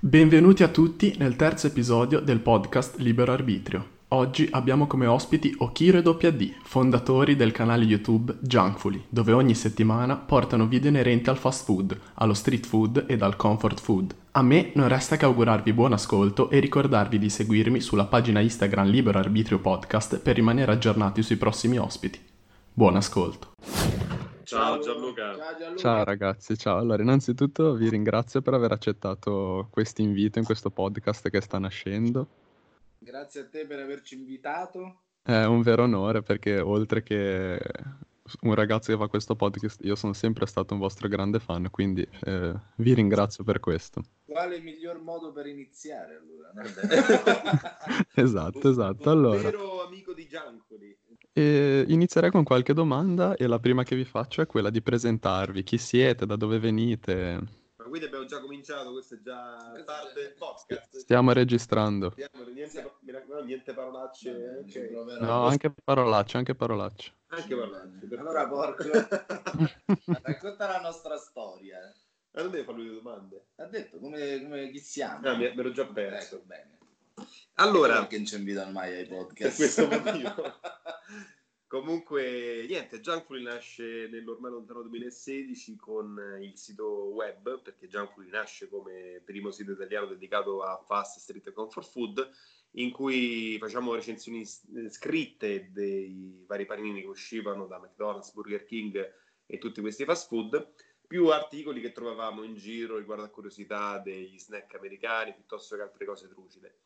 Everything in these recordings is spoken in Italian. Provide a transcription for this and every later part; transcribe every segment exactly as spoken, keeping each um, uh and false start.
Benvenuti a tutti nel terzo episodio del podcast Libero Arbitrio. Oggi abbiamo come ospiti Okiro e W D, fondatori del canale YouTube Junkfully, dove ogni settimana portano video inerenti al fast food, allo street food ed al comfort food. A me non resta che augurarvi buon ascolto e ricordarvi di seguirmi sulla pagina Instagram Libero Arbitrio Podcast per rimanere aggiornati sui prossimi ospiti. Buon ascolto. Ciao Gianluca. Ciao Gianluca. Ciao ragazzi, ciao. Allora, innanzitutto vi ringrazio per aver accettato questo invito in questo podcast che sta nascendo. Grazie a te per averci invitato. È un vero onore perché oltre che un ragazzo che fa questo podcast, io sono sempre stato un vostro grande fan, quindi eh, vi ringrazio per questo. Quale miglior modo per iniziare allora? Esatto, esatto. Un Allora, vero amico di Giancoli. eh, inizierei con qualche domanda e la prima che vi faccio è quella di presentarvi. Chi siete, da dove venite? Ma quindi abbiamo già cominciato, questo è già parte del podcast. Stiamo registrando. Stiamo, niente, mi raccomando, niente parolacce. Ci ok. proverò. No, anche parolacce, anche parolacce. Anche parolacce. per Allora, favore. porco, racconta la nostra storia. Ma non devi fare lui le domande. Ha detto come, come chi siamo? Ah, mi mi ero già perso. Ecco, bene. Allora, Perché non ci invitano mai ai per podcast? questo motivo. Comunque, niente, Junkfully nasce nell'ormai lontano duemilasedici con il sito web, perché Junkfully nasce come primo sito italiano dedicato a fast street e comfort food, in cui facciamo recensioni scritte dei vari panini che uscivano da McDonald's, Burger King e tutti questi fast food, più articoli che trovavamo in giro riguardo a curiosità degli snack americani, piuttosto che altre cose trucide.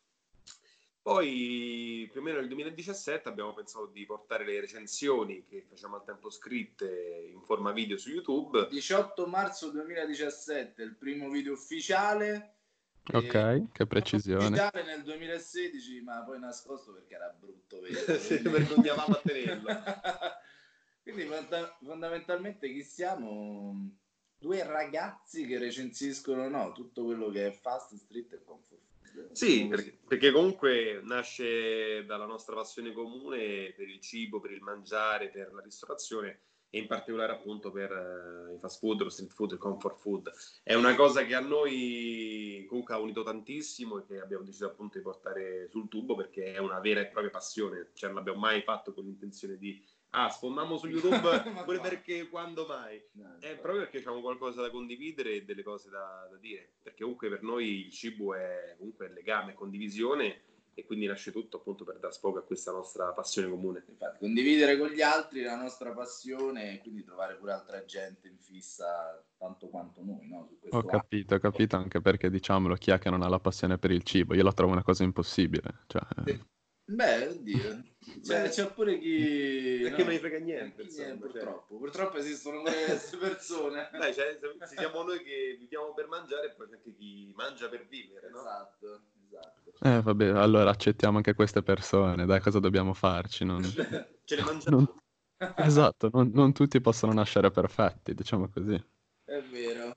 Poi più o meno nel duemiladiciassette abbiamo pensato di portare le recensioni che facciamo al tempo scritte in forma video su YouTube. diciotto marzo duemiladiciassette, il primo video ufficiale. Ok, E- che precisione. Ufficiale nel duemilasedici, ma poi nascosto perché era brutto, vero? Sì, vergognavamo a tenerlo. Quindi fonda- fondamentalmente chi siamo? Due ragazzi che recensiscono no, tutto quello che è fast street e comfort food. Sì, perché, perché comunque nasce dalla nostra passione comune per il cibo, per il mangiare, per la ristorazione e in particolare appunto per eh, i fast food, lo street food, il comfort food. È una cosa che a noi comunque ha unito tantissimo e che abbiamo deciso appunto di portare sul tubo perché è una vera e propria passione, cioè non l'abbiamo mai fatto con l'intenzione di ah, sfondiamo su YouTube Ma pure qua. perché quando mai? No, È proprio perché abbiamo qualcosa da condividere e delle cose da, da dire, perché comunque per noi il cibo è comunque legame, condivisione e quindi nasce tutto appunto per dar sfogo a questa nostra passione comune. Infatti, condividere con gli altri la nostra passione e quindi trovare pure altra gente in fissa tanto quanto noi, no? Su questo Ho capito, ho capito anche perché diciamolo, chi è che non ha la passione per il cibo? Io la trovo una cosa impossibile. Cioè, eh, Sì. Beh, oddio, c'è, Beh, c'è pure chi... perché non gli frega niente, Chi- insomma, cioè. purtroppo, purtroppo esistono queste persone. Dai, cioè, se- se siamo noi che viviamo per mangiare e poi c'è anche chi mangia per vivere, no? Esatto, esatto. eh, vabbè, allora accettiamo anche queste persone, dai, cosa dobbiamo farci? Non- Ce le mangiamo. non- Esatto, non, non tutti possono nascere perfetti, diciamo così. È vero.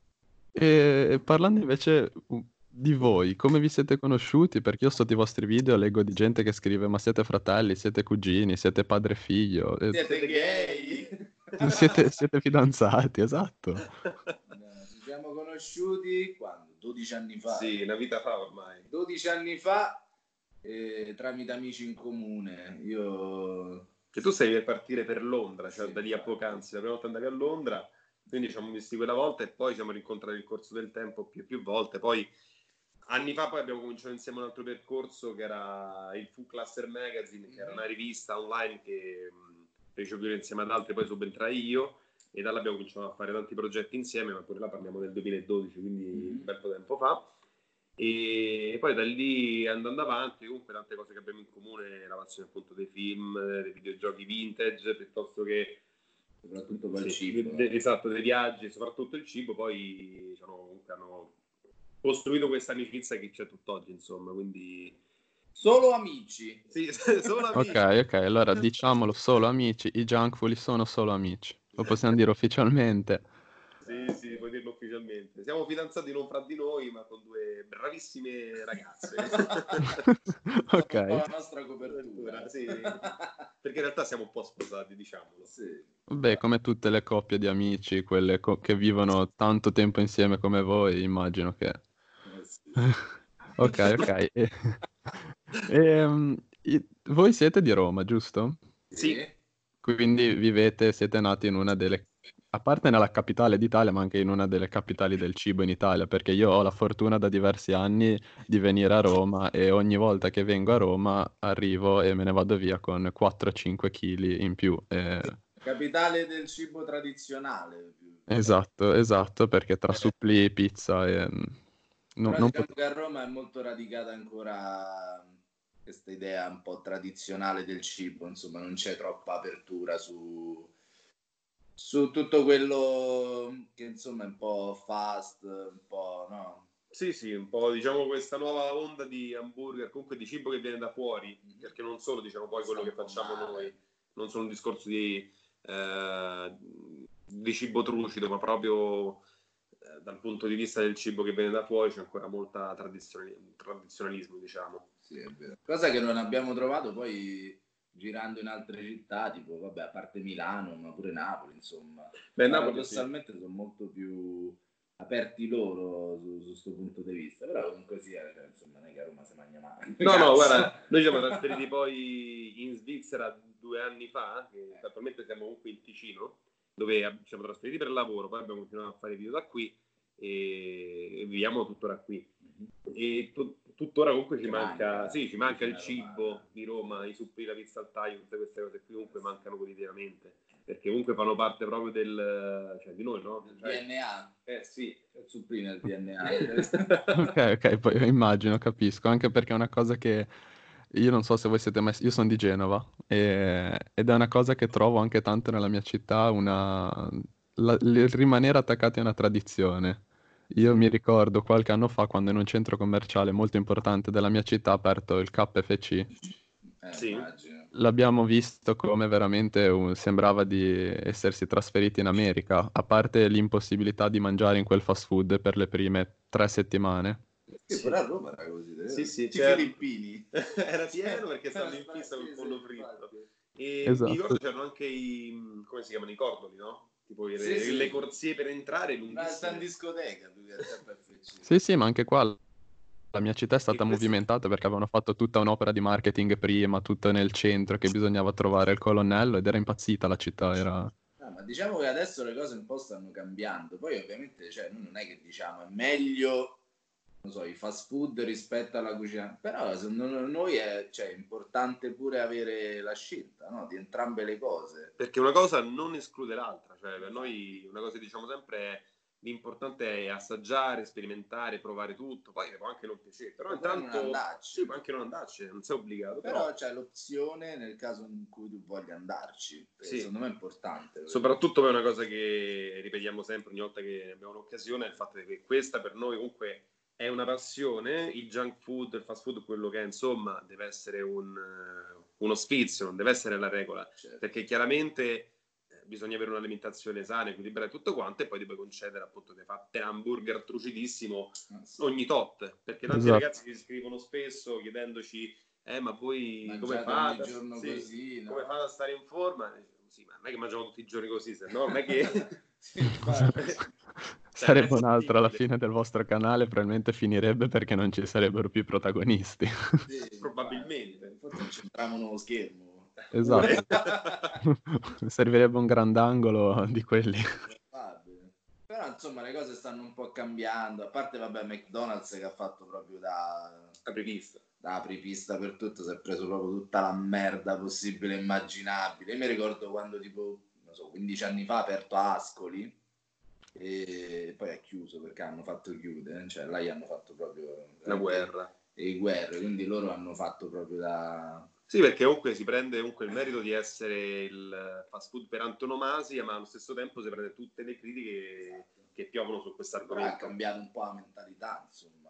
E parlando invece uh, di voi, come vi siete conosciuti? Perché io sotto i vostri video leggo di gente che scrive: ma siete fratelli, siete cugini, siete padre e figlio, e Siete gay? siete, siete fidanzati, esatto. No, ci siamo conosciuti quando? dodici anni fa. Sì, una vita fa ormai. dodici anni fa eh, tramite amici in comune. Io Che tu sei per partire per Londra, cioè Sì, da lì a infatti. poc'anzi, la prima volta andavi a Londra, quindi ci siamo visti quella volta e poi ci siamo rincontrati nel corso del tempo più e più volte. Poi anni fa poi abbiamo cominciato insieme un altro percorso che era il Food Cluster Magazine, che era una rivista online che mh, fece più insieme ad altri, poi subentrai io e da là abbiamo cominciato a fare tanti progetti insieme, ma pure là parliamo del duemiladodici, quindi Mhm. un bel po' tempo fa. E poi da lì andando avanti, comunque tante cose che abbiamo in comune, la passione appunto dei film, dei videogiochi vintage, piuttosto che soprattutto poi il sì, cibo. de- esatto, dei viaggi, soprattutto il cibo, poi diciamo, comunque hanno costruito questa amicizia che c'è tutt'oggi, insomma, quindi Solo amici. sì, solo amici. Ok, ok, allora diciamolo, solo amici, i Junkfully sono solo amici, lo possiamo dire ufficialmente. Sì, sì, puoi dirlo ufficialmente. Siamo fidanzati non fra di noi, ma con due bravissime ragazze. Ok. Un po' la nostra copertura. Sì, perché in realtà siamo un po' sposati, diciamolo. Sì. Beh, come tutte le coppie di amici, quelle co- che vivono tanto tempo insieme come voi, immagino che Eh sì. Ok, ok. E- ehm, i- voi siete di Roma, giusto? Sì, Sì. Quindi vivete, siete nati in una delle, a parte nella capitale d'Italia, ma anche in una delle capitali del cibo in Italia, perché io ho la fortuna da diversi anni di venire a Roma e ogni volta che vengo a Roma arrivo e me ne vado via con quattro cinque kg in più. eh, Capitale del cibo tradizionale. più- esatto, esatto, perché tra Eh, supplì, pizza e... mm, no- però non diciamo pot- che a Roma è molto radicata ancora questa idea un po' tradizionale del cibo, insomma, non c'è troppa apertura su, su tutto quello che insomma è un po' fast, un po', no? sì, sì, un po' diciamo questa nuova onda di hamburger, comunque di cibo che viene da fuori, Mhm. perché non solo diciamo poi Sta quello un che po' facciamo male. noi, non solo un discorso di, eh, di cibo trucido, ma proprio eh, dal punto di vista del cibo che viene da fuori c'è ancora molta tradizionali- tradizionalismo, diciamo. Sì, è vero. Cosa che non abbiamo trovato poi girando in altre città, tipo, vabbè, a parte Milano, ma pure Napoli, insomma. Beh, Napoli sì. Paradossalmente sono molto più aperti loro su questo punto di vista, però comunque sia, cioè, insomma, non è che a Roma si mangia male. No, no, guarda, noi ci siamo trasferiti poi in Svizzera due anni fa, che attualmente siamo comunque in Ticino, dove ab- ci siamo trasferiti per lavoro, poi abbiamo continuato a fare video da qui e, e viviamo tuttora qui. E tu- tuttora comunque ci Che manca, manca, sì, ci manca il cucina cibo romana. di Roma, i supplì, la pizza al taglio, tutte queste cose qui comunque mancano quotidianamente, perché comunque fanno parte proprio del, cioè di noi, no? Il Cioè, D N A, eh sì. supprime il D N A. Ok, ok, poi immagino, capisco, anche perché è una cosa che io non so se voi siete mai... Io sono di Genova e- ed è una cosa che trovo anche tanto nella mia città, una... la- il rimanere attaccati a una tradizione. Io mi ricordo qualche anno fa quando in un centro commerciale molto importante della mia città ha aperto il K F C. Eh, Sì. immagino. L'abbiamo visto come veramente un- sembrava di essersi trasferiti in America, a parte l'impossibilità di mangiare in quel fast food per le prime tre settimane. Sì, pure a Roma era così, Sì, sì, tutti c'era- filippini. era pieno perché stavano in Era fissa col sì, pollo sì, fritto. infatti. E mi Esatto. ricordo c'erano anche i, come si chiamano, i cordoli, no? Tipo le, Sì, sì. le corsie per entrare Ma sta in lunghissime. discoteca tu che al K F C. Sì, sì, ma anche qua la mia città è stata E questo- movimentata perché avevano fatto tutta un'opera di marketing prima, tutta nel centro, che bisognava trovare il colonnello ed era impazzita la città, era... No, ma diciamo che adesso le cose un po' stanno cambiando. Poi ovviamente, cioè, noi non è che diciamo è meglio, non so, i fast food rispetto alla cucina, però secondo noi è, cioè, importante pure avere la scelta, no? Di entrambe le cose. Perché una cosa non esclude l'altra, cioè per noi una cosa che diciamo sempre è l'importante è assaggiare, sperimentare, provare tutto, poi può anche non piacere, però Può pure non intanto andarci. sì, può anche non andarci, non sei obbligato, però, Però c'è l'opzione nel caso in cui tu voglia andarci. E Sì. secondo me è importante. Soprattutto poi una cosa che ripetiamo sempre ogni volta che abbiamo un'occasione è il fatto che questa per noi comunque è una passione, il junk food, il fast food, quello che è, insomma, deve essere un, eh, uno sfizio, non deve essere la regola, Certo. perché chiaramente eh, bisogna avere un'alimentazione sana, equilibrata e tutto quanto, e poi ti puoi concedere appunto dei fatti hamburger trucidissimo Ah, sì. ogni tot, perché tanti Esatto. ragazzi ci scrivono spesso chiedendoci eh ma voi come Mangiate fate, ogni giorno sì, così, no? come fate a stare in forma? Sì, ma non è che mangiamo tutti i giorni così, se no non è che Sì, infatti. Cioè, non è Sarebbe un altro alla fattibile. fine del vostro canale, probabilmente finirebbe perché non ci sarebbero più protagonisti. Sì, Probabilmente. infatti. Forse non c'entriamo nello schermo. Esatto. Servirebbe un grandangolo di quelli. Probabile. Però insomma le cose stanno un po' cambiando, a parte vabbè McDonald's che ha fatto proprio da, Apripista. da apripista per tutto, si è preso proprio tutta la merda possibile e immaginabile. Io mi ricordo quando tipo, non so, quindici anni fa ha aperto Ascoli e poi è chiuso perché hanno fatto chiudere, cioè là gli hanno fatto proprio La guerra. e guerre, quindi loro hanno fatto proprio da... Sì, perché comunque si prende comunque il merito di essere il fast food per antonomasia, ma allo stesso tempo si prende tutte le critiche che piovono su questo Però ha argomento. cambiato un po' la mentalità, insomma.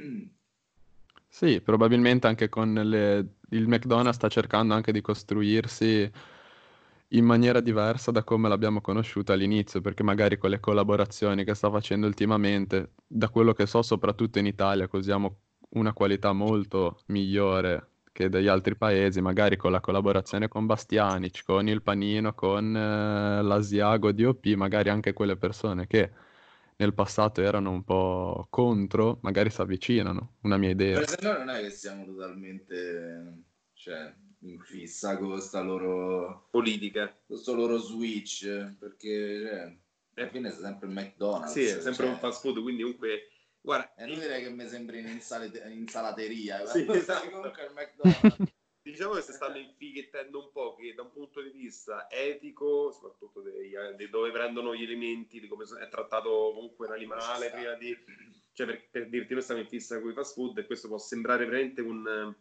Sì, probabilmente anche con le... il McDonald's sta cercando anche di costruirsi in maniera diversa da come l'abbiamo conosciuta all'inizio, perché magari con le collaborazioni che sta facendo ultimamente, da quello che so, soprattutto in Italia, che usiamo una qualità molto migliore che degli altri paesi, magari con la collaborazione con Bastianic, con il Panino, con eh, l'Asiago D O P, magari anche quelle persone che nel passato erano un po' contro, magari si avvicinano, una mia idea. Per se no non è che siamo totalmente, cioè, in fissa con sta loro politica. questo loro switch, perché cioè, alla fine è sempre il McDonald's. Sì, è sempre cioè, un fast food, quindi comunque guarda, è inutile che mi sembri in insalate- insalateria, Sì, guarda, esatto. comunque il McDonald's. Diciamo che si stanno infighettendo un po' che da un punto di vista etico, soprattutto dei, di dove prendono gli elementi, di come è trattato comunque un animale prima di... Cioè per, per dirti, noi stiamo in fissa con i fast food e questo può sembrare veramente un,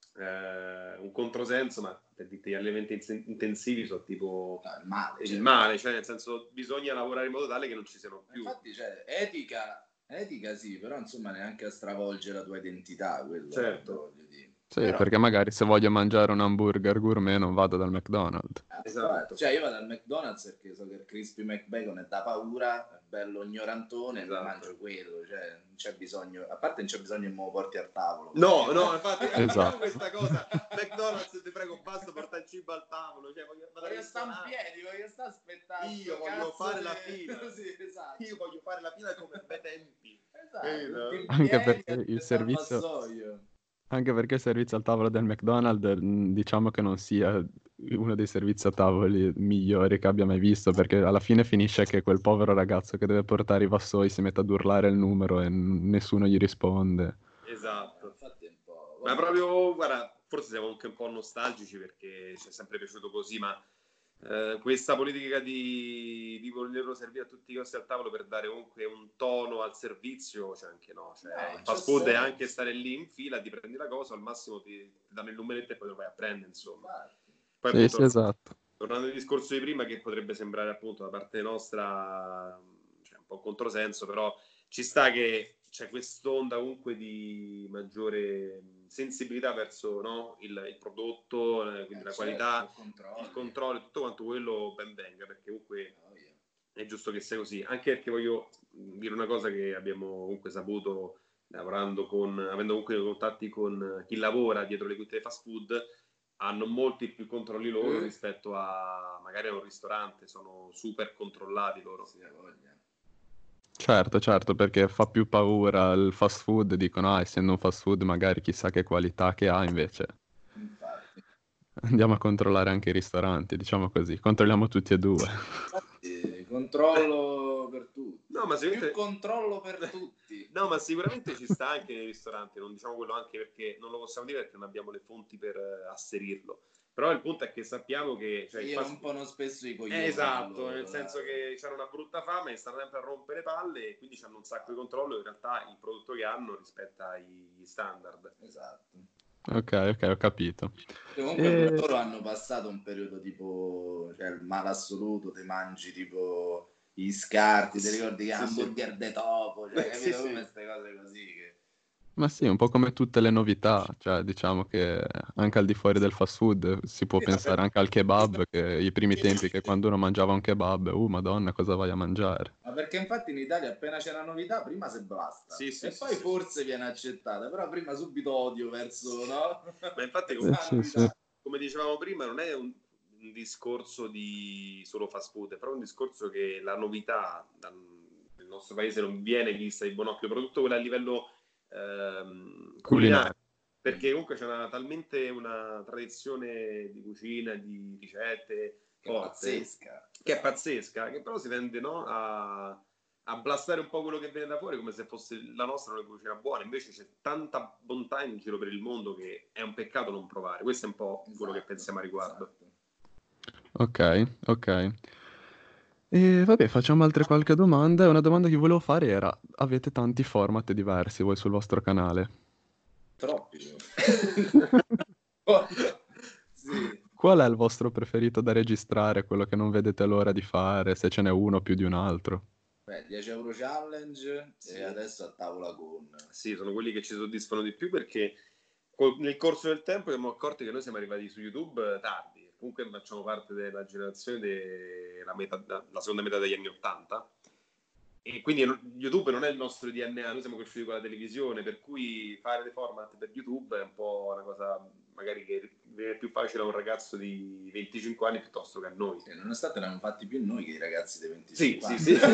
eh, un controsenso, ma per dirti gli alimenti in- intensivi sono tipo No, il male, il cioè, male, cioè nel senso bisogna lavorare in modo tale che non ci siano più. infatti, cioè, etica, etica sì, però insomma neanche a stravolgere la tua identità, quello Certo. voglio dire. Sì, Però- perché magari se voglio mangiare un hamburger gourmet non vado dal McDonald's. Esatto. Cioè io vado al McDonald's perché so che il Crispy McBacon è da paura, è bello ignorantone, Esatto. e mangio quello, cioè non c'è bisogno, a parte non c'è bisogno che me lo porti al tavolo. No, perché- no, infatti Esatto. diciamo questa cosa. McDonald's, ti prego, basta portare il cibo al tavolo. Cioè, voglio, Voglio stare in piedi, voglio stare aspettando. Io sto voglio cazzo fare di- la fila. Sì, esatto. Io voglio fare la fila come bei tempi. Esatto, Eh, no. tutti in Anche piedi, perché il aspettare servizio- vassoio. Anche perché il servizio al tavolo del McDonald's, mh, diciamo che non sia uno dei servizi a tavoli migliori che abbia mai visto, perché alla fine finisce che quel povero ragazzo che deve portare i vassoi si mette ad urlare il numero e n- nessuno gli risponde. Esatto. Infatti è un po'... Ma proprio, guarda, forse siamo anche un po' nostalgici perché ci è sempre piaciuto così, ma eh, questa politica di, di volerlo servire a tutti i costi al tavolo per dare comunque un tono al servizio, cioè anche no, cioè, No, il fast c'è food è senso. anche stare lì in fila, ti prendi la cosa, al massimo ti, ti danno il numeretto e poi lo vai a prendere, insomma. Infatti. Poi Sì, appunto, sì, esatto. tornando al discorso di prima, che potrebbe sembrare appunto da parte nostra cioè, un po' un controsenso, però ci sta che c'è quest'onda comunque di maggiore sensibilità verso no, il, il prodotto, eh, quindi Eh, la certo, qualità, il controllo. il controllo, tutto quanto quello ben venga, perché comunque Oh, yeah. è giusto che sia così. Anche perché voglio dire una cosa che abbiamo comunque saputo lavorando con, avendo comunque contatti con chi lavora dietro le quinte dei fast food, hanno molti più controlli loro Mm. rispetto a magari a un ristorante, sono super controllati loro. Sì, ha voglia. Certo, certo, perché fa più paura il fast food, dicono, ah, essendo un fast food magari chissà che qualità che ha, invece Infatti. andiamo a controllare anche i ristoranti, diciamo così, controlliamo tutti e due. Infatti, controllo per tutti. No, ma Più sicuramente... controllo per tutti. No, ma sicuramente ci sta anche nei ristoranti, non diciamo quello anche perché non lo possiamo dire perché non abbiamo le fonti per eh, asserirlo. Però il punto è che sappiamo che... Cioè, il Io fast- rompono spesso i coglioni. Eh, esatto, loro, nel senso dai. che c'hanno una brutta fame e stanno sempre a rompere palle e quindi hanno un sacco di controllo in realtà il prodotto che hanno rispetta agli standard. Esatto. Ok, ok, ho capito. Comunque E- pure loro hanno passato un periodo tipo, cioè il male assoluto, te mangi tipo gli scarti, ti ricordi che Sì, hamburger de topo, cioè, Sì, capito sì. come queste cose così che... Ma sì, un po' come tutte le novità, cioè diciamo che anche al di fuori del fast food si può Sì, pensare anche al kebab, che i primi tempi che quando uno mangiava un kebab, uh, madonna, cosa vai a mangiare? Ma perché infatti in Italia appena c'è una novità prima si blasta Sì, sì, e sì, poi sì. forse viene accettata, però prima subito odio verso, no? Ma infatti Verso Eh, la sì, novità. sì. come dicevamo prima, non è un, un discorso di solo fast food, è proprio un discorso che la novità dal, nel nostro paese non viene vista di buon occhio, soprattutto quella a livello ehm, culinario, Culinario. perché comunque c'è una, talmente una tradizione di cucina, di ricette Che è forte, pazzesca. che è pazzesca, che però si tende no, a, a blastare un po' quello che viene da fuori come se fosse la nostra una cucina buona, invece c'è tanta bontà in giro per il mondo che è un peccato non provare. Questo è un po' quello che Esatto, pensiamo a riguardo. esatto. Ok, ok. E vabbè, facciamo altre qualche domanda. E una domanda che volevo fare era, avete tanti format diversi voi sul vostro canale? Troppi. Sì. Qual è il vostro preferito da registrare, quello che non vedete l'ora di fare, se ce n'è uno più di un altro? Beh, dieci euro challenge Sì. e adesso a tavola con... Sì, sono quelli che ci soddisfano di più perché col- nel corso del tempo abbiamo accorto che noi siamo arrivati su YouTube tardi. Comunque facciamo parte della generazione della metà, la seconda metà degli anni Ottanta e quindi YouTube non è il nostro D N A, noi siamo cresciuti con la televisione, per cui fare dei format per YouTube è un po' una cosa magari che è più facile a un ragazzo di venticinque anni piuttosto che a noi. Sì, nonostante l'hanno fatti più noi che i ragazzi dei Sì, venticinque anni. sì, sì.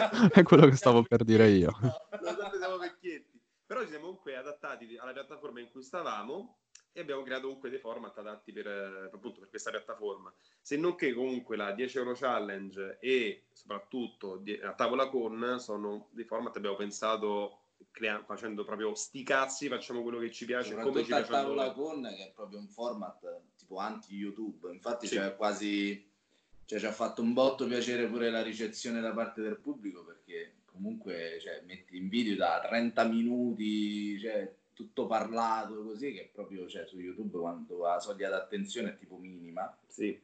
È quello che stavo per dire io. Nonostante siamo vecchietti. Però ci siamo comunque adattati alla piattaforma in cui stavamo e abbiamo creato comunque dei format adatti per, appunto, per questa piattaforma. Se non che comunque la dieci euro challenge e soprattutto a tavola con sono dei format che abbiamo pensato crea- facendo proprio sti cazzi, facciamo quello che ci piace, come ci a piace a tavola noi. con, che è proprio un format tipo anti-YouTube, infatti Sì. c'è quasi, cioè, ci ha fatto un botto piacere pure la ricezione da parte del pubblico, perché comunque, cioè, metti in video da trenta minuti, cioè, tutto parlato così, che proprio, cioè, su YouTube quando la soglia d'attenzione è tipo minima. Sì.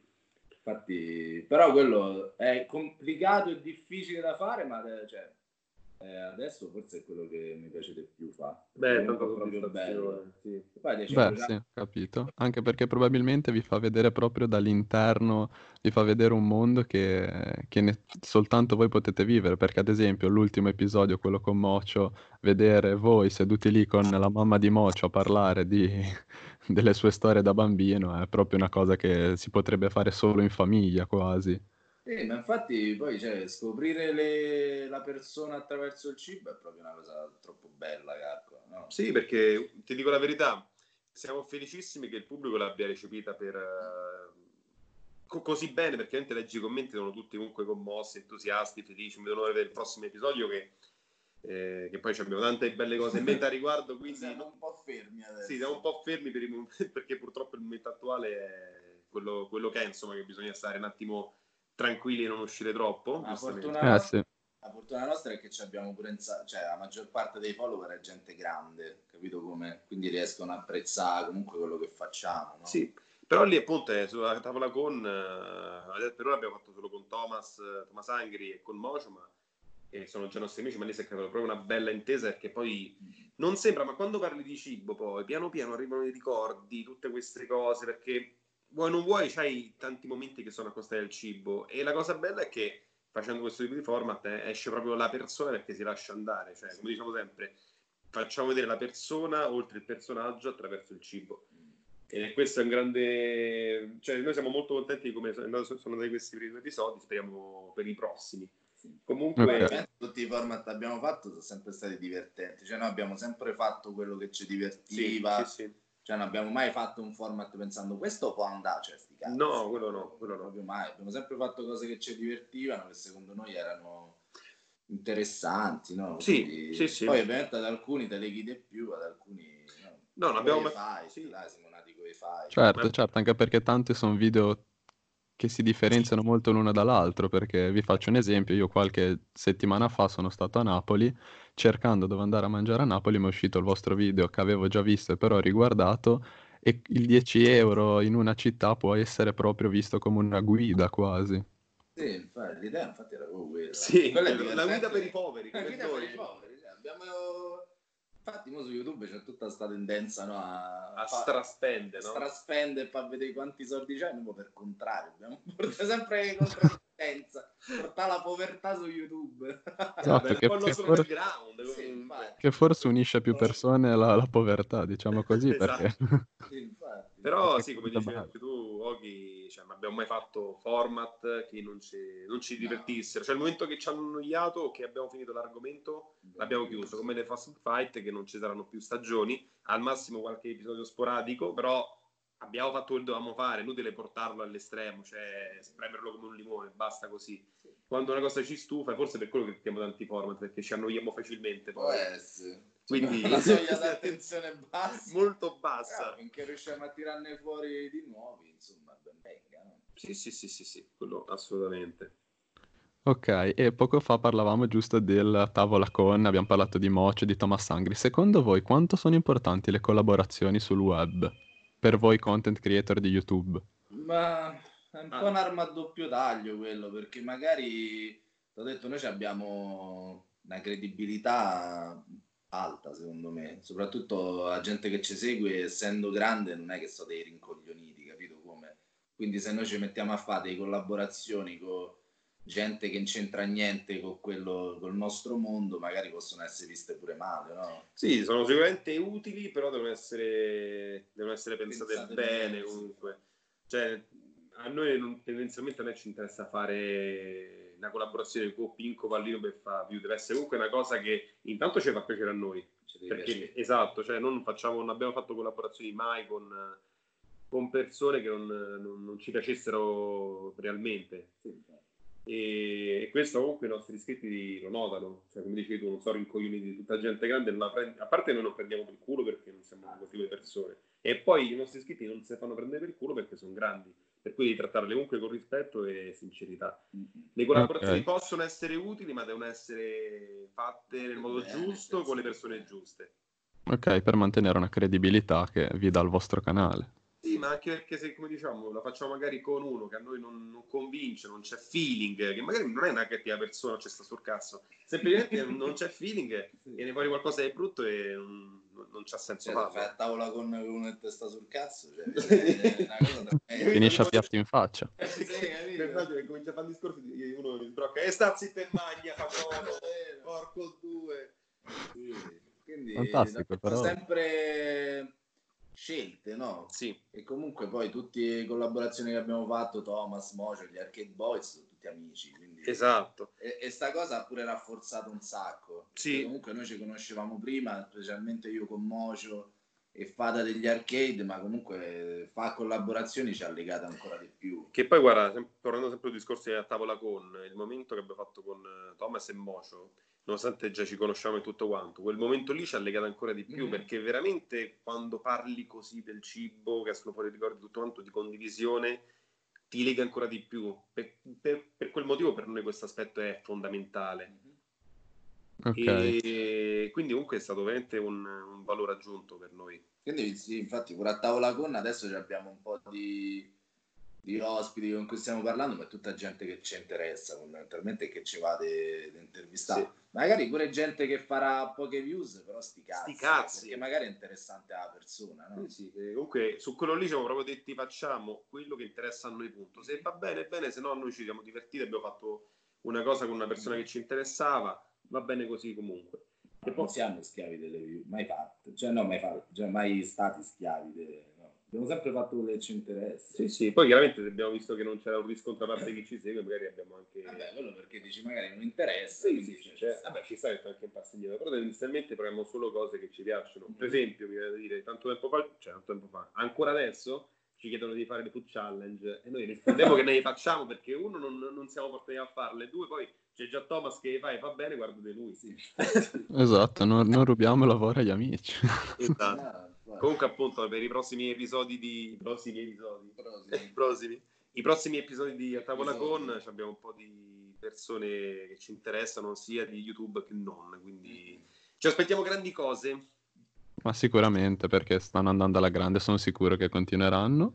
Infatti, però quello è complicato e difficile da fare, ma cioè, eh, adesso forse è quello che mi piace di più fare. Beh, È tanta proprio bello. soddisfazione. Sì. Poi dieci Beh, euro sì, ho capito. Anche perché probabilmente vi fa vedere proprio dall'interno, vi fa vedere un mondo che, che ne- soltanto voi potete vivere. Perché, ad esempio, l'ultimo episodio, quello con Mocio, vedere voi seduti lì con la mamma di Mocio a parlare di- delle sue storie da bambino è proprio una cosa che si potrebbe fare solo in famiglia, quasi. Sì, ma infatti poi cioè, scoprire le- la persona attraverso il cibo è proprio una cosa troppo bella, Carco, no? Sì, perché ti dico la verità, siamo felicissimi che il pubblico l'abbia recepita per eh, co- così bene, perché ovviamente leggi i commenti, sono tutti comunque commossi, entusiasti, felici, mi vedono vedere il prossimo episodio che, eh, che poi abbiamo tante belle cose in mente a riguardo, quindi siamo un po' fermi adesso. sì, siamo un po' fermi per i momenti, perché purtroppo il momento attuale è quello, quello che è, insomma, che bisogna stare un attimo tranquilli e non uscire troppo. La giustamente. fortuna, Eh nostra, sì. la fortuna nostra è che ci abbiamo pure in sa- cioè la maggior parte dei follower è gente grande, capito come? Quindi riescono a apprezzare comunque quello che facciamo, no? Sì, però lì appunto è sulla tavola con, eh, per ora abbiamo fatto solo con Thomas, eh, Thomas Angri e con Mocio, ma che sono già nostri amici, ma lì si è creata proprio una bella intesa perché poi non sembra, ma quando parli di cibo poi piano piano arrivano i ricordi, tutte queste cose, perché vuoi non vuoi c'hai tanti momenti che sono accostati al cibo e la cosa bella è che facendo questo tipo di format eh, esce proprio la persona perché si lascia andare, cioè come diciamo sempre facciamo vedere la persona oltre il personaggio attraverso il cibo. E questo è un grande, cioè noi siamo molto contenti di come sono andati questi primi episodi, speriamo per i prossimi. Comunque Ok. tutti i format che abbiamo fatto sono sempre stati divertenti, cioè noi abbiamo sempre fatto quello che ci divertiva, sì, sì, sì. cioè non abbiamo mai fatto un format pensando questo può andare, cioè sti cazzi. No, quello no, quello no. Proprio mai, abbiamo sempre fatto cose che ci divertivano, che secondo noi erano interessanti, no? Sì, Quindi, sì, sì. poi ovviamente ad alcuni te le chiedi più, ad alcuni no. No, non abbiamo mai... Fight, sì. dai, siamo nati con i fight. Certo, Ma- certo, anche perché tanti sono video che si differenziano molto l'uno dall'altro, perché vi faccio un esempio, io qualche settimana fa sono stato a Napoli, cercando dove andare a mangiare a Napoli, mi è uscito il vostro video che avevo già visto e però ho riguardato, e il dieci euro in una città può essere proprio visto come una guida quasi. Sì, infatti, l'idea infatti era proprio quella. Sì, Quella è la guida divertente. per i poveri, La come guida noi. per i poveri, cioè, abbiamo... Infatti mo su YouTube c'è tutta questa tendenza no, a, A fa- straspende, no? straspende e fa vedere quanti soldi c'è, noi per il contrario, abbiamo portato sempre controtendenza, portare la povertà su YouTube. Esatto, Vabbè, un che, po' il che nostro for- background, Sì, comunque. infatti. che forse unisce più persone la, la povertà, diciamo così, perché... Esatto. Sì, infatti. Però perché sì, come conta dicevi base. anche tu, Oghi, cioè, non abbiamo mai fatto format che non ci, non ci No. divertissero. Cioè, il momento che ci hanno annoiato o che abbiamo finito l'argomento, l'abbiamo chiuso, come le fast food fight, che non ci saranno più stagioni, al massimo qualche episodio sporadico, però abbiamo fatto quello che dovevamo fare, inutile portarlo all'estremo, cioè spremerlo come un limone, basta così. Quando una cosa ci stufa, forse per quello che mettiamo tanti format, perché ci annoiamo facilmente Può poi. essere. Quindi la soglia d'attenzione bassa. molto bassa. Ah, finché riusciamo a tirarne fuori di nuovi, insomma, ben venga. No? Sì, sì, sì, sì, sì, quello assolutamente. Ok, e poco fa parlavamo giusto del tavola con, abbiamo parlato di Moce, di Thomas Angri. Secondo voi quanto sono importanti le collaborazioni sul web per voi content creator di YouTube? Ma è un Ah. po' un'arma a doppio taglio quello, perché magari, t'ho detto, noi ci abbiamo una credibilità alta, secondo me. Soprattutto la gente che ci segue, essendo grande, non è che sono dei rincoglioniti, capito come? Quindi se noi ci mettiamo a fare delle collaborazioni con gente che non c'entra niente con quello, col nostro mondo, magari possono essere viste pure male, no? Sì, sono sicuramente utili, però devono essere, devono essere pensate, Pensate bene bene, comunque. Cioè, a noi non, tendenzialmente non è ci interessa fare una collaborazione con Pinco Pallino per fare view, deve essere comunque una cosa che intanto ci fa piacere a noi. Ci deve Perché, piacere. esatto, cioè non, facciamo, non abbiamo fatto collaborazioni mai con, con persone che non, non, non ci piacessero realmente. Sì, E, e questo comunque i nostri iscritti lo notano, cioè come dicevi tu, non so, rincoglioniti di tutta gente grande, non la prende, a parte noi non prendiamo per culo perché non siamo quel tipo di persone, e poi i nostri iscritti non si fanno prendere per culo perché sono grandi, per cui devi trattarli comunque con rispetto e sincerità. Le collaborazioni Ok. possono essere utili, ma devono essere fatte nel modo Bene, giusto, con le senza- persone giuste. Ok, per mantenere una credibilità che vi dà il vostro canale. Sì, ma anche perché se, come diciamo, la facciamo magari con uno che a noi non, non convince, non c'è feeling, che magari non è una cattiva persona, c'è sta sul cazzo, semplicemente non c'è feeling e ne fuori qualcosa di brutto e non, non c'ha senso Cioè, se fai farlo. a tavola con uno e testa sul cazzo, cioè, è una cosa da Finisce a piatto in faccia. Sì, capito? Infatti, che comincia a fare discorsi, uno mi sbrocca e sta zitto e magna, fa solo, porco due. Sì. Quindi Fantastico, sono però. sempre scelte, no? Sì, E comunque poi tutte le collaborazioni che abbiamo fatto, Thomas, Mojo, gli Arcade Boys, sono tutti amici, quindi... esatto. E, e sta cosa ha pure rafforzato un sacco. Sì. Perché comunque noi ci conoscevamo prima, specialmente io con Mojo e Fada degli Arcade, ma comunque fa collaborazioni ci ha legato ancora di più. Che poi guarda, sem- tornando sempre al discorso a tavola con, il momento che abbiamo fatto con eh, Thomas e Mocio, nonostante già ci conosciamo e tutto quanto, quel momento lì ci ha legato ancora di più, Mhm. perché veramente quando parli così del cibo, che escono fuori i ricordi, tutto quanto, di condivisione, ti lega ancora di più. Per, per- per quel motivo per noi questo aspetto è fondamentale. Ok. E quindi comunque è stato veramente un, un valore aggiunto per noi. Quindi sì, infatti pure a tavola con adesso abbiamo un po' di, di ospiti con cui stiamo parlando, ma è tutta gente che ci interessa fondamentalmente e che ci va di intervistare. Sì. Magari pure gente che farà poche views, però sti cazzi, Sti cazzi. perché magari è interessante alla persona, no? Sì, sì, comunque su quello lì ci siamo proprio detti facciamo quello che interessa a noi, punto. Se va bene, bene, se no noi ci siamo divertiti, abbiamo fatto una cosa con una persona che ci interessava, va bene così comunque. E poi siamo schiavi delle view, mai fatto, cioè no, mai fatto, cioè mai stati schiavi delle... no. Abbiamo sempre fatto quello che ci interessa. Sì, sì, poi chiaramente se abbiamo visto che non c'era un riscontro da parte di chi ci segue, magari abbiamo anche... Vabbè, quello perché dici magari non interessa, Sì, quindi sì, cioè, cioè, vabbè, ci sta che fa anche un passo indietro, però tendenzialmente proviamo solo cose che ci piacciono. Per esempio, mi viene da dire, tanto tempo fa, cioè tanto tempo fa, ancora adesso ci chiedono di fare le food challenge e noi rispondiamo che ne le facciamo perché uno non, non siamo portati a farle, due poi c'è già Thomas che fa e fa bene, guardate lui. Sì. Esatto, non, non rubiamo lavoro agli amici. Esatto. Comunque appunto per i prossimi episodi di... I prossimi episodi? Prossimi. I prossimi. I prossimi episodi di A Tavola Episodi. Con abbiamo un po' di persone che ci interessano sia di YouTube che non, quindi ci aspettiamo grandi cose. Ma sicuramente, perché stanno andando alla grande, sono sicuro che continueranno.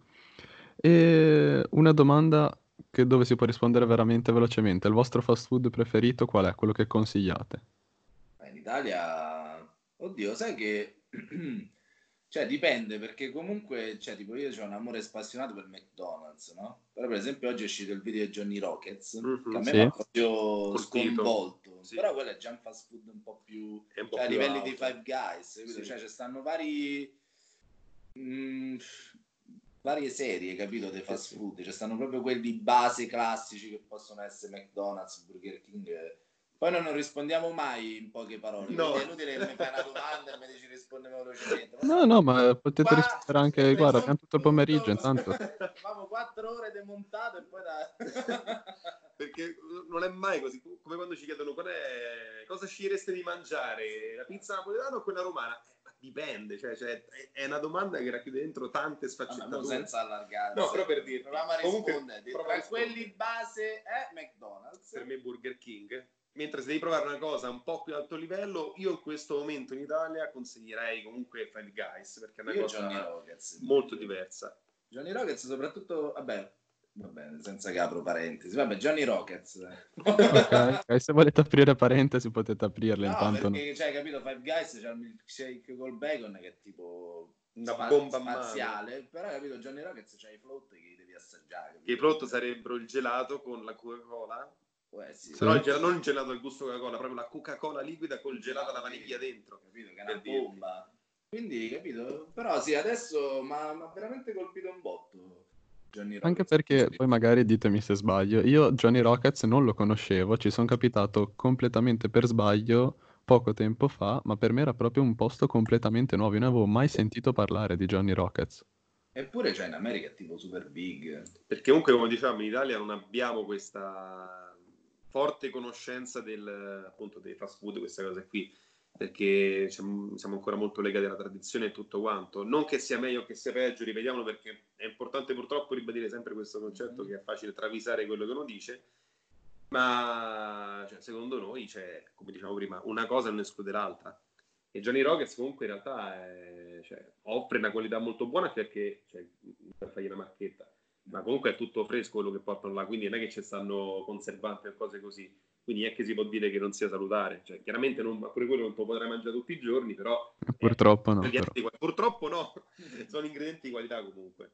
E una domanda che dove si può rispondere veramente velocemente. Il vostro fast food preferito qual è? Quello che consigliate? In Italia, oddio, sai che cioè dipende perché comunque, cioè, tipo io ho un amore spassionato per McDonald's, no? Però per esempio oggi è uscito il video di Johnny Rockets, Mhm. che a me Sì. mi ha proprio Colpito. sconvolto, Sì. però quello è già un fast food un po' più, È un po' cioè a più livelli alto. di Five Guys, capito? Sì. Cioè ci stanno vari mh, varie serie, capito, dei fast Sì, sì. food, ci stanno proprio quelli base classici che possono essere McDonald's, Burger King. Poi noi non rispondiamo mai in poche parole, No. quindi è inutile che mi fai una domanda e mi dici rispondiamo velocemente. No, no, ma potete Qua, rispondere anche, mentre guarda, fa abbiamo tutto il tutto, pomeriggio, intanto. Facciamo quattro ore di montato e poi da... Perché non è mai così, come quando ci chiedono qual è, cosa scegliereste di mangiare, la pizza napoletana o quella romana? Eh, ma dipende, cioè, cioè, è- è una domanda che racchiude dentro tante Vabbè, mo sfaccettature. senza allargare. No, però per dirti. Proviamo a Comunque, rispondere. prova a Tra rispondere. quelli base è McDonald's. Per me Burger King. Mentre se devi provare una cosa un po' più alto livello, io in questo momento in Italia consiglierei comunque Five Guys, perché è una Io cosa Johnny Rockets. molto diversa. Johnny Rockets soprattutto, vabbè, va bene, senza che apro parentesi. Vabbè, Johnny Rockets. Ok, ok, se volete aprire parentesi potete aprirle, No, intanto no. perché, cioè, capito, Five Guys c'è il milkshake col bacon che è tipo Una spa- bomba a mano. spaziale, però capito, Johnny Rockets c'ha i float che li devi assaggiare. I prodotto sarebbero il gelato con la Coca-Cola Eh sì, Però Sì. il gelato, non il gelato al gusto Coca-Cola, proprio la Coca-Cola liquida col gelato alla vaniglia dentro. capito? Che è una Per dirti. bomba. Quindi, capito? Però sì, adesso mi ha veramente colpito un botto Johnny Anche Rockets. perché, poi magari ditemi se sbaglio, io Johnny Rockets non lo conoscevo, ci sono capitato completamente per sbaglio poco tempo fa, ma per me era proprio un posto completamente nuovo, io non avevo mai sentito parlare di Johnny Rockets. Eppure c'è in America è tipo super big. Perché comunque, come dicevamo, in Italia non abbiamo questa forte conoscenza del, appunto, dei fast food, queste cose qui, perché siamo, siamo ancora molto legati alla tradizione e tutto quanto. Non che sia meglio o che sia peggio, ripetiamolo, perché è importante purtroppo ribadire sempre questo concetto, Mhm. che è facile travisare quello che uno dice, ma cioè, secondo noi c'è, come dicevamo prima, una cosa non esclude l'altra. E Johnny Rockets comunque in realtà è, cioè, offre una qualità molto buona, perché, cioè, per fargli una marchetta, ma comunque è tutto fresco quello che portano là, quindi non è che ci stanno conservanti o cose così, quindi è che si può dire che non sia salutare, cioè, chiaramente non, pure quello non lo potrai mangiare tutti i giorni, però Purtroppo eh, no, però. di, purtroppo no, sono ingredienti di qualità comunque.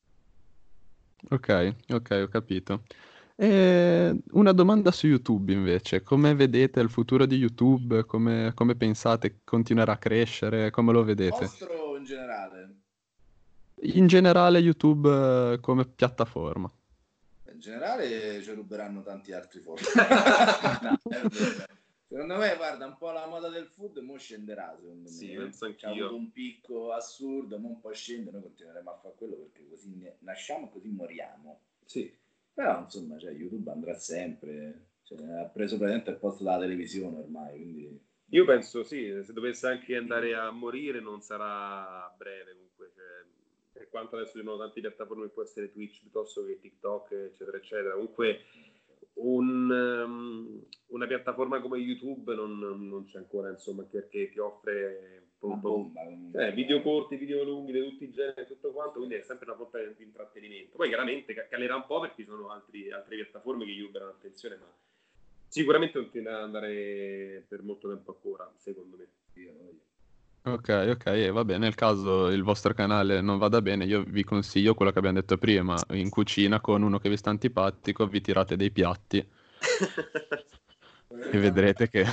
Ok, ok, ho capito. E una domanda su YouTube invece, come vedete il futuro di YouTube? Come, come pensate continuerà a crescere? Come lo vedete? Nostro in generale. In generale YouTube eh, come piattaforma. In generale ci ruberanno tanti altri follower. No, è vero. Secondo me, guarda, un po' la moda del food mo scenderà, secondo me. Sì, eh. penso C'ha avuto anch'io. un picco assurdo, ma un po' scende, noi continueremo a fare quello perché così ne- nasciamo e così moriamo. Sì. Però, insomma, cioè, YouTube andrà sempre. Cioè, ha preso praticamente il posto della televisione ormai, quindi... Io penso sì, se dovesse anche andare a morire non sarà a breve comunque, cioè, per quanto adesso ci sono tante piattaforme, può essere Twitch piuttosto che TikTok, eccetera, eccetera. Comunque un, um, una piattaforma come YouTube non, non c'è ancora, insomma, perché ti offre Una appunto, bomba. comunque. cioè, video corti, video lunghi di tutti i generi e tutto quanto, quindi è sempre una fonte di intrattenimento. Poi chiaramente ca- calerà un po' perché ci sono altri, altre piattaforme che gli ruberanno attenzione, ma sicuramente continuerà ad andare per molto tempo ancora, secondo me. Ok, ok, e vabbè, nel caso il vostro canale non vada bene, io vi consiglio quello che abbiamo detto prima, in cucina con uno che vi sta antipatico, vi tirate dei piatti e vedrete che...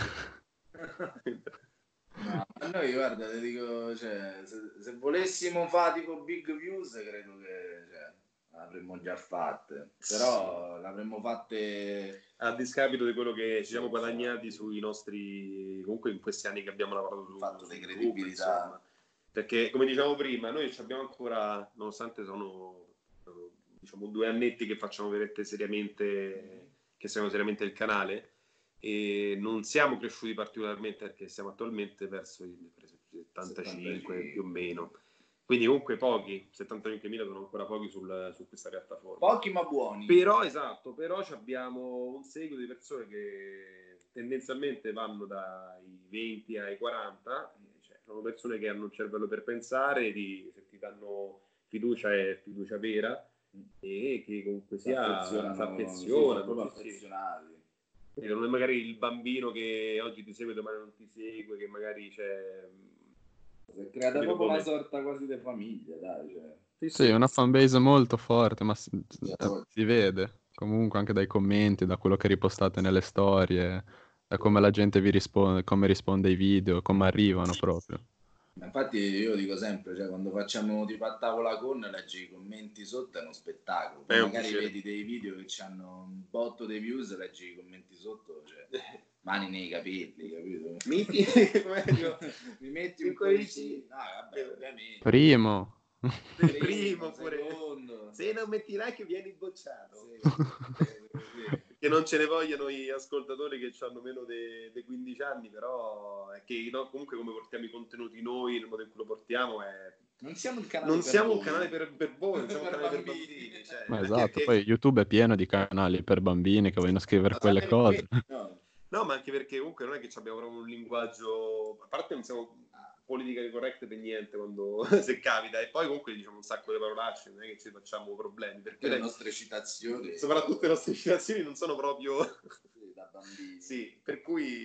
No, ma noi guarda, ti dico, cioè, se, se volessimo fare tipo big views, credo che cioè, l'avremmo già fatte, però l'avremmo fatte A discapito di quello che ci Sì, siamo guadagnati infatti. sui nostri, comunque in questi anni che abbiamo lavorato su, Fatto su di YouTube, credibilità. insomma. Perché come dicevamo prima, noi ci abbiamo ancora, nonostante sono eh, diciamo due annetti che facciamo veramente seriamente, che siamo seriamente il canale, e non siamo cresciuti particolarmente perché siamo attualmente verso i settantacinque più o meno. Quindi comunque pochi, settantacinquemila sono ancora pochi sul, su questa piattaforma. Pochi ma buoni. Però, esatto, però abbiamo un seguito di persone che tendenzialmente vanno dai venti ai quaranta, cioè sono persone che hanno un cervello per pensare, di, se ti danno fiducia è fiducia vera, e che comunque sia si affezionano, proprio sì, sì. affezionati. Quindi non è magari il bambino che oggi ti segue domani non ti segue, che magari c'è... Si è creata proprio una sorta quasi di famiglia, dai. Cioè. Sì, Sì, sì. una fanbase molto forte, ma si, Sì, eh, si vede comunque anche dai commenti, da quello che ripostate nelle storie, da come la gente vi risponde, come risponde ai video, come arrivano proprio. Infatti io dico sempre, cioè, quando facciamo tipo a tavola con, leggi i commenti sotto, è uno spettacolo. Poi È un magari piacere. vedi dei video che hanno un botto di views, leggi i commenti sotto, cioè, mani nei capelli, capito? Miti, come dico, Mi metti un cuoricino. No, vabbè, ovviamente. Primo. del primo pure. secondo. Se non metti like vieni bocciato. Sì, sì, sì. Che non ce ne vogliono gli ascoltatori che hanno meno di quindici anni, però è che no, comunque come portiamo i contenuti noi, nel modo in cui lo portiamo è... Non siamo un canale non per siamo voi. un canale per, per voi, non siamo Per un canale bambini. per bambini. Cioè, Ma anche esatto, perché- poi YouTube è pieno di canali per bambini che vogliono scrivere quelle Fatemi cose. qui, no. No, ma anche perché comunque non è che abbiamo proprio un linguaggio, a parte non siamo politically correct per niente quando se capita, e poi comunque diciamo un sacco di parolacce, non è che ci facciamo problemi, perché le le- nostre citazioni soprattutto le nostre citazioni non sono proprio sì, da bambini. sì, per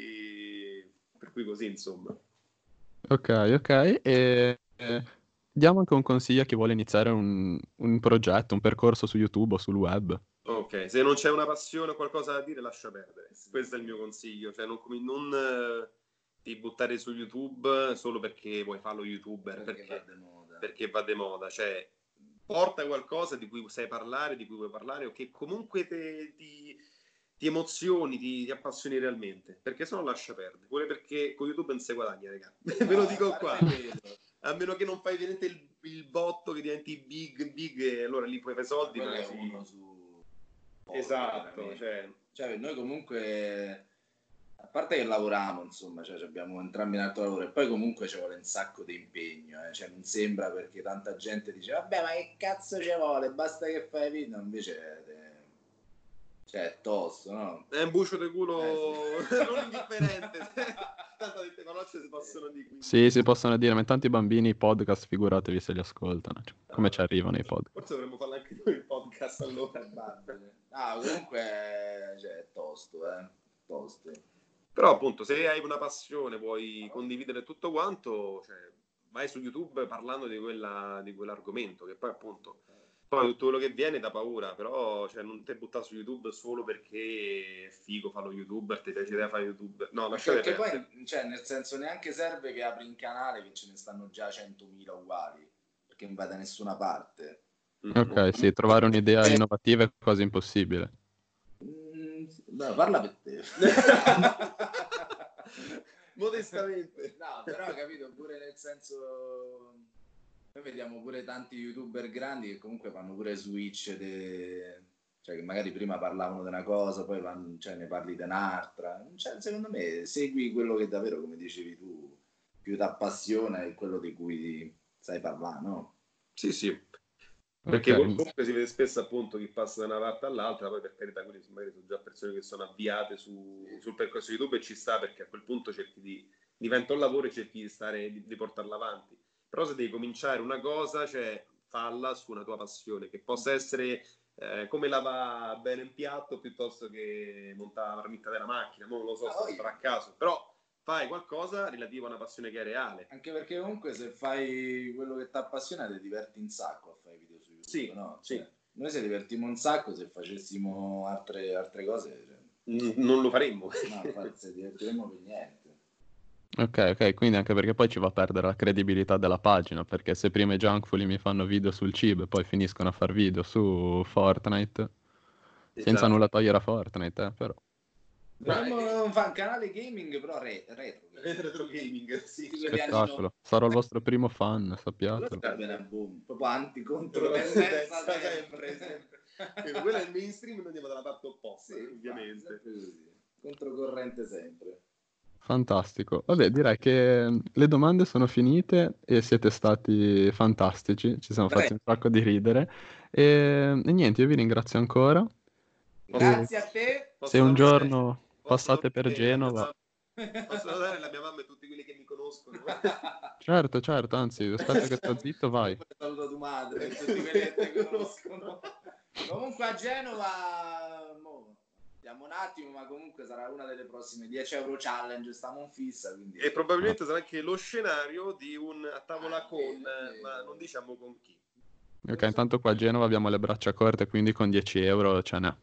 cui per cui così insomma. Ok, ok, e e diamo anche un consiglio a chi vuole iniziare un, un progetto, un percorso su YouTube o sul web. Ok, se non c'è una passione o qualcosa da dire, lascia perdere. Questo è il mio consiglio. Cioè, non, com- non eh, ti buttare su YouTube solo perché vuoi farlo YouTuber, Perché perché, va di moda. perché va di moda. Cioè, porta qualcosa di cui sai parlare, di cui vuoi parlare, o che comunque te- ti, ti emozioni, ti, ti appassioni realmente. Perché se no lascia perdere. Pure perché con YouTube non si guadagna, raga. Ve lo dico qua. A meno che non fai veramente il, il botto, che diventi big, big, e allora lì puoi fare soldi. Quello Ma è sì. uno su... Esatto, cioè... cioè noi comunque, a parte che lavoriamo, insomma, cioè abbiamo entrambi un altro lavoro e poi comunque ci vuole un sacco di impegno, eh? Cioè non sembra, perché tanta gente dice vabbè ma che cazzo ci vuole, basta che fai video, invece eh, cioè è tosto, no? È un bucio di culo Eh, sì. non indifferente. Tante dette parole si possono dire. Quindi. Sì, si possono dire, ma intanto i bambini i podcast, figuratevi se li ascoltano. Cioè, come ci arrivano i podcast? Forse dovremmo farlo anche noi il podcast allora. Ah, comunque cioè, è tosto, eh? Tosto. Però appunto se hai una passione, vuoi condividere tutto quanto, cioè, vai su YouTube parlando di, quella, di quell'argomento, che poi appunto poi tutto quello che viene da paura, però cioè, non ti buttare su YouTube solo perché è figo farlo YouTuber, ti piace da fare YouTuber. No, lasciate perché perdere. poi, cioè, nel senso, neanche serve che apri un canale che ce ne stanno già centomila uguali, perché non va da nessuna parte. Ok, sì, trovare un'idea innovativa è quasi impossibile. Mm, no, parla per te. Modestamente. No, però ho capito, pure nel senso, noi vediamo pure tanti YouTuber grandi che comunque fanno pure switch de... cioè che magari prima parlavano di una cosa, poi vanno, cioè, ne parli di un'altra. Cioè, secondo me segui quello che davvero, come dicevi tu, più ti appassiona e quello di cui sai parlare, no? Sì, sì. Perché Ok. comunque si vede spesso appunto chi passa da una parte all'altra, poi per carità quelli magari sono già persone che sono avviate su, sul percorso di YouTube e ci sta, perché a quel punto cerchi di diventa un lavoro e cerchi di stare di, di portarla avanti. Però se devi cominciare una cosa, cioè falla su una tua passione, che possa essere eh, come lavare bene un piatto piuttosto che montare la marmitta della macchina, non lo so, sto Ah, a caso, però fai qualcosa relativo a una passione che è reale. Anche perché comunque se fai quello che ti appassiona ti diverti un sacco a fare video su YouTube, Sì, no? sì. Cioè, noi se divertimmo un sacco, se facessimo altre, altre cose, cioè, N- non lo faremmo. no, infatti se divertiremmo per niente. Ok, ok, quindi anche perché poi ci va a perdere la credibilità della pagina, perché se prima i Junkfully mi fanno video sul cibo e poi finiscono a far video su Fortnite, senza Esatto. nulla togliere a Fortnite, eh, però. Dovremmo fare un canale gaming, però re- retro. Retro gaming, sì. Quelli anni Scherzatelo. Sarò il vostro primo fan, sappiatelo. sarebbe una boom, proprio anti-controtendenza sempre, sempre. Quello è il mainstream, noi andiamo dalla parte opposta, Sì, ovviamente. Controcorrente sempre. Fantastico. Vabbè, direi che le domande sono finite e siete stati fantastici, ci siamo fatti un sacco di ridere. E, e niente, io vi ringrazio ancora. Grazie a te. Se un notare- giorno posso passate per notare la mia Genova, mamma- Posso notare la mia mamma e tutti quelli che mi conoscono. certo, certo, anzi, aspetta che sto zitto, vai. Saluto tua madre e tutti quelli che ti conoscono. Comunque a Genova, mo, vediamo un attimo, ma comunque sarà una delle prossime dieci euro challenge, stiamo in fissa. Quindi... E probabilmente sarà anche lo scenario di un a tavola Ah, con, vero, vero. ma non diciamo con chi. Ok, intanto qua a Genova abbiamo le braccia corte, quindi con dieci euro ce n'è.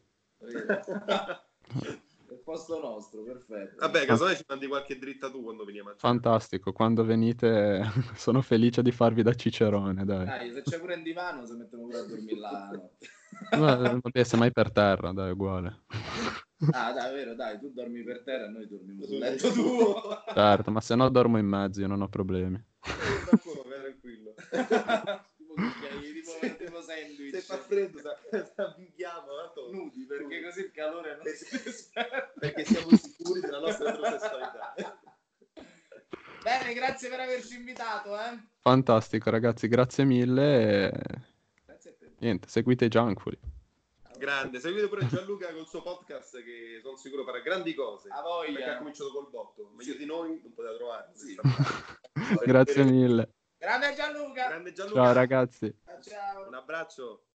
Il posto nostro, perfetto. Vabbè, casomai ci mandi qualche dritta tu quando veniamo a cena. Fantastico, quando venite sono felice di farvi da cicerone, dai. Dai, se c'è pure un divano, se mettiamo pure a dormire la notte. Va- Vabbè, se mai per terra, dai, uguale. Ah, dai, è vero, dai, tu dormi per terra e noi dormiamo sul letto tuo. Certo, ma se no dormo in mezzo, io non ho problemi. Tranquillo, tranquillo. Tipo cucchiaini, tipo, tipo sandwich. Se fa freddo, s'avvinghiamo, nudi, perché così il calore non si disperde. Perché siamo sicuri della nostra eterosessualità. Bene, grazie per averci invitato, eh. Fantastico, ragazzi, grazie mille. E... Grazie a te. Niente, seguite Junkfully. Grande, seguite pure Gianluca col suo podcast che sono sicuro farà grandi cose. A voglia. Perché ha cominciato col botto, meglio Sì. di noi non poteva trovare. Sì. Grazie mille. Grande Gianluca. Grande Gianluca. Ciao ragazzi. Ciao. Un abbraccio.